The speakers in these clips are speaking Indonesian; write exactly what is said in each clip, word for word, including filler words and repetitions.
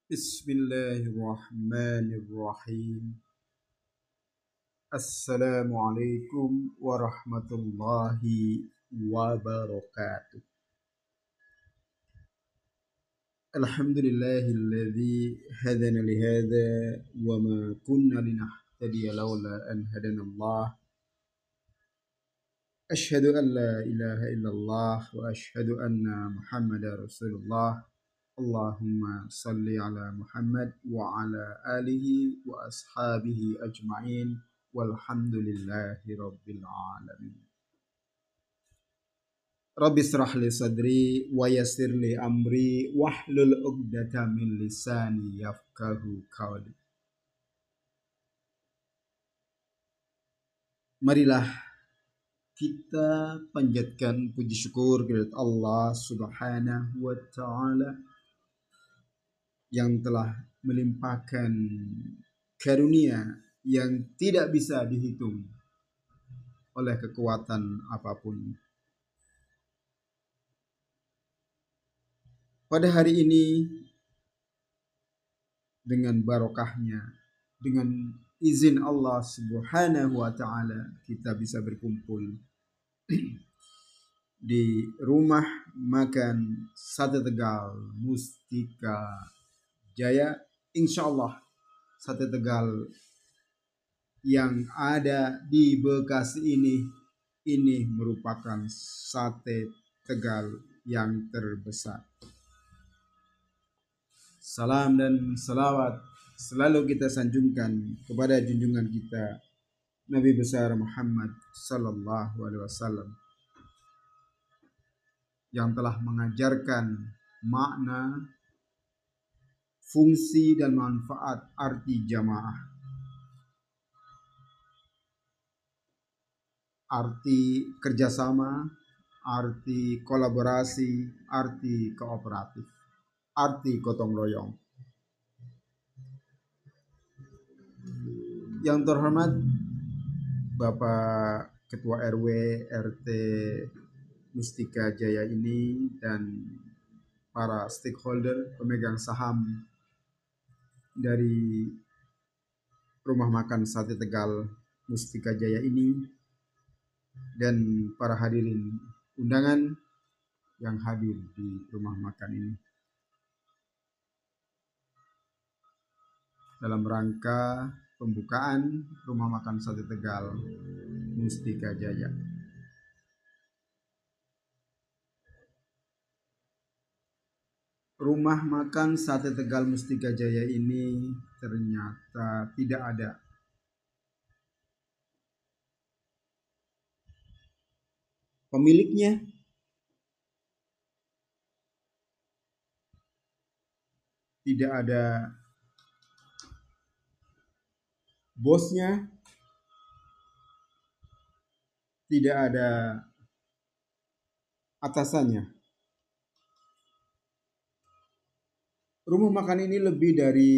Bismillahirrahmanirrahim. Assalamualaikum warahmatullahi wabarakatuh. Alhamdulillahilladzi hadana lihada wa ma kunna linahtadiya laula an hadana Allah. Ashhadu an la ilaha illallah wa ashhadu anna Muhammadar Rasulullah. Allahumma salli ala Muhammad wa ala alihi wa ashabihi ajma'in walhamdulillahi rabbil alamin. Rabbi israh li sadri wa yassir li amri wahlul 'uqdatam min lisani yafqahu qawli. Marilah kita panjatkan puji syukur kepada Allah Subhanahu wa taala yang telah melimpahkan karunia yang tidak bisa dihitung oleh kekuatan apapun. Pada hari ini dengan barokahnya, dengan izin Allah Subhanahu wa taala kita bisa berkumpul di rumah makan Sate Tegal Mustika Jaya. Insya Allah Sate Tegal yang ada di Bekasi ini ini merupakan sate Tegal yang terbesar. Salam dan salawat selalu kita sanjungkan kepada junjungan kita Nabi besar Muhammad sallallahu alaihi wasallam yang telah mengajarkan makna, fungsi dan manfaat arti jamaah, arti kerjasama, arti kolaborasi, arti kooperatif, arti gotong royong. Yang terhormat Bapak Ketua R W R T Mustika Jaya ini dan para stakeholder pemegang saham dari rumah makan Sate Tegal Mustika Jaya ini dan para hadirin undangan yang hadir di rumah makan ini dalam rangka pembukaan rumah makan Sate Tegal Mustika Jaya. Rumah makan Sate Tegal Mustika Jaya ini ternyata tidak ada pemiliknya, tidak ada bosnya, tidak ada atasannya. Rumah makan ini lebih dari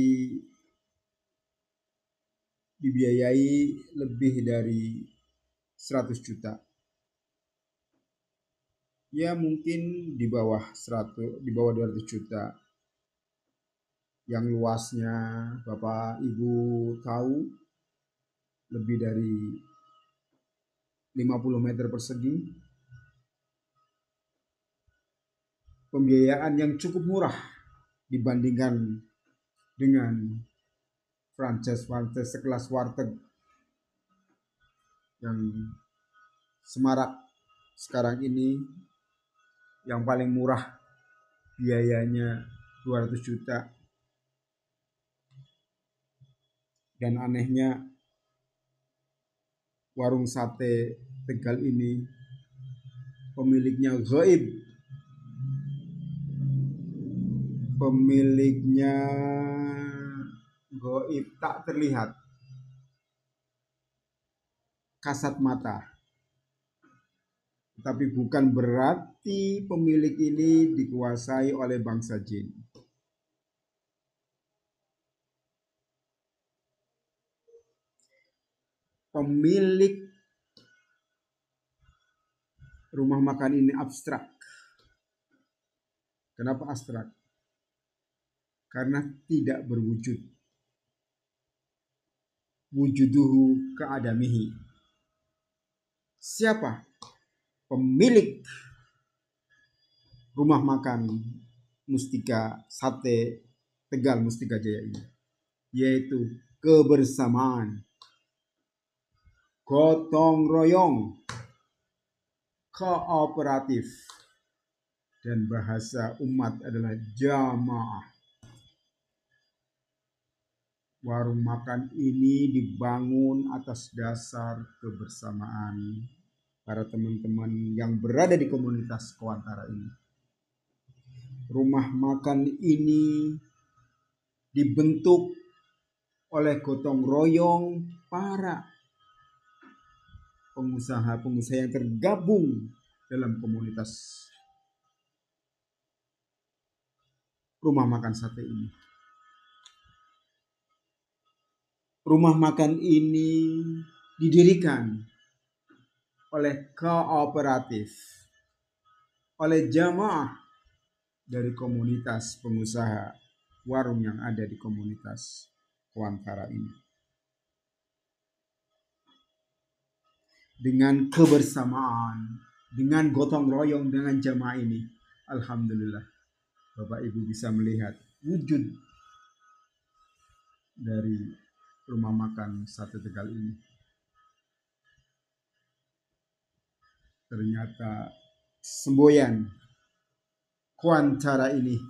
dibiayai lebih dari seratus juta. Ya mungkin di bawah seratus, di bawah dua ratus juta. Yang luasnya Bapak Ibu tahu lebih dari lima puluh meter persegi. Pembiayaan yang cukup murah dibandingkan dengan franchise-franchise sekelas warteg yang semarak sekarang ini, yang paling murah biayanya dua ratus juta. Dan anehnya warung sate Tegal ini pemiliknya gaib. Pemiliknya gaib, tak terlihat kasat mata. Tapi bukan berarti pemilik ini dikuasai oleh bangsa jin. Pemilik rumah makan ini abstrak. Kenapa abstrak? karena tidak berwujud. Wujuduhu keadamihi. Siapa pemilik rumah makan Mustika Sate Tegal Mustika Jaya ini? Yaitu kebersamaan, gotong royong, kooperatif, dan bahasa umat adalah jamaah. Warung makan ini dibangun atas dasar kebersamaan para teman-teman yang berada di komunitas Kawantara ini. Rumah makan ini dibentuk oleh gotong royong para pengusaha-pengusaha yang tergabung dalam komunitas rumah makan sate ini. Rumah makan ini didirikan oleh kooperatif, oleh jamaah dari komunitas pengusaha warung yang ada di komunitas Kawantara ini. Dengan kebersamaan, dengan gotong royong, dengan jamaah ini, alhamdulillah Bapak Ibu bisa melihat wujud dari rumah makan Sate Tegal ini. Ternyata semboyan Kawantara ini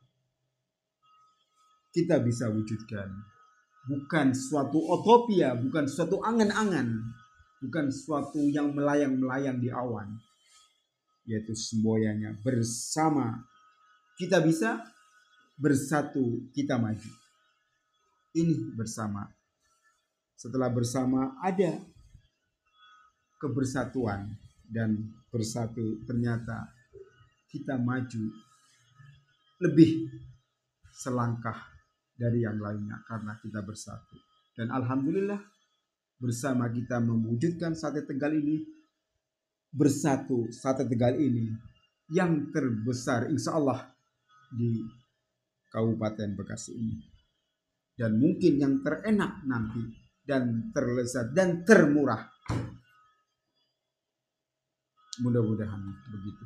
kita bisa wujudkan. Bukan suatu utopia, bukan suatu angan-angan, bukan suatu yang melayang-melayang di awan, yaitu semboyannya bersama kita bisa, bersatu kita maju. Ini bersama. Setelah bersama ada kebersatuan dan bersatu, ternyata kita maju lebih selangkah dari yang lainnya karena kita bersatu. Dan alhamdulillah bersama kita mewujudkan Sate Tegal ini, bersatu Sate Tegal ini yang terbesar insya Allah di Kabupaten Bekasi ini, dan mungkin yang terenak nanti dan terlezat dan termurah. Mudah-mudahan begitu.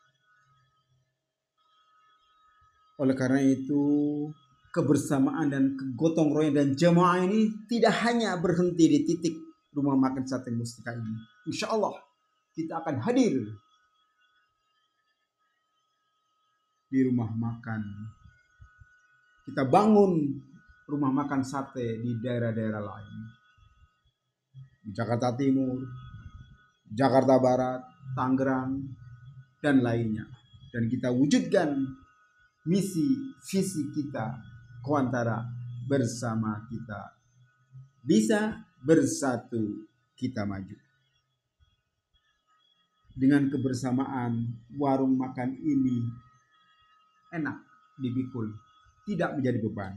Oleh karena itu, kebersamaan dan kegotong royong dan jemaah ini tidak hanya berhenti di titik rumah makan Sate Mustika ini. Insya Allah kita akan hadir di rumah makan. Kita bangun rumah makan sate di daerah-daerah lain. Di Jakarta Timur, Jakarta Barat, Tangerang, dan lainnya. Dan kita wujudkan misi, visi kita, Kawantara bersama kita. Bisa bersatu kita maju. Dengan kebersamaan, warung makan ini enak dipikul, tidak menjadi beban.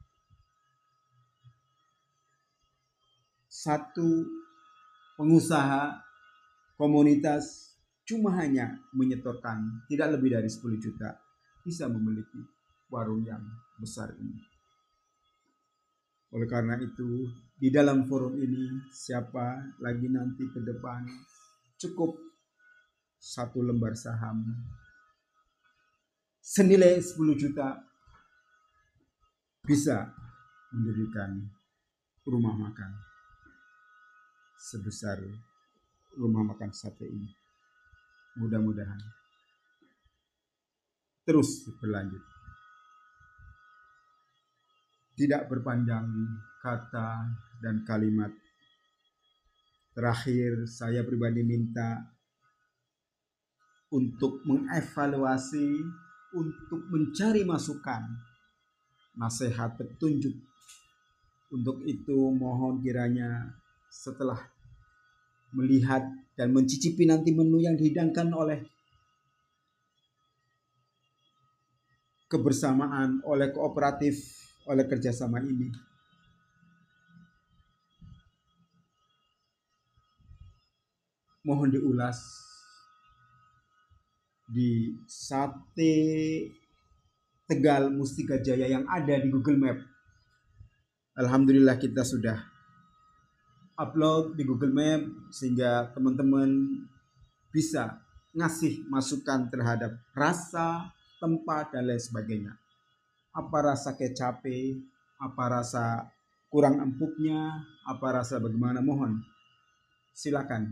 Satu pengusaha komunitas cuma hanya menyetorkan tidak lebih dari sepuluh juta bisa memiliki warung yang besar ini. Oleh karena itu, di dalam forum ini siapa lagi nanti ke depan cukup satu lembar saham senilai sepuluh juta bisa mendirikan rumah makan sebesar rumah makan sate ini. Mudah-mudahan terus berlanjut. Tidak berpanjang kata dan kalimat, terakhir saya pribadi minta untuk mengevaluasi, untuk mencari masukan, nasihat, petunjuk. Untuk itu mohon kiranya setelah melihat dan mencicipi nanti menu yang dihidangkan oleh kebersamaan, oleh kooperatif, oleh kerjasama ini, mohon diulas di Sate Tegal Mustika Jaya yang ada di Google Map. Alhamdulillah kita sudah upload di Google Map sehingga teman-teman bisa ngasih masukan terhadap rasa, tempat, dan lain sebagainya. Apa rasa kecape, apa rasa kurang empuknya, apa rasa bagaimana, mohon silakan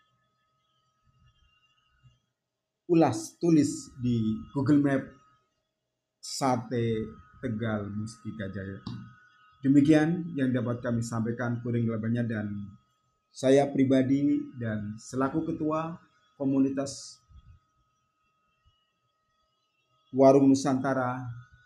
ulas, tulis di Google Map Sate Tegal Mustika Jaya. Demikian yang dapat kami sampaikan kurang lebihnya, dan saya pribadi dan selaku ketua komunitas Warung Nusantara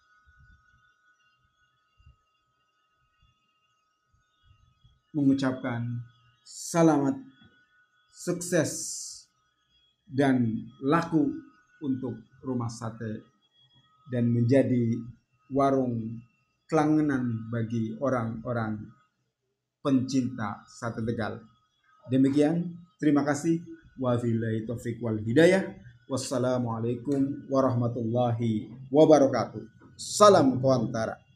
mengucapkan selamat, sukses, dan laku untuk rumah sate dan menjadi warung kelangenan bagi orang-orang pencinta sate Tegal. Demikian, terima kasih. Wabillahi taufiq wal hidayah. Wassalamualaikum warahmatullahi wabarakatuh. Salam Kuantara.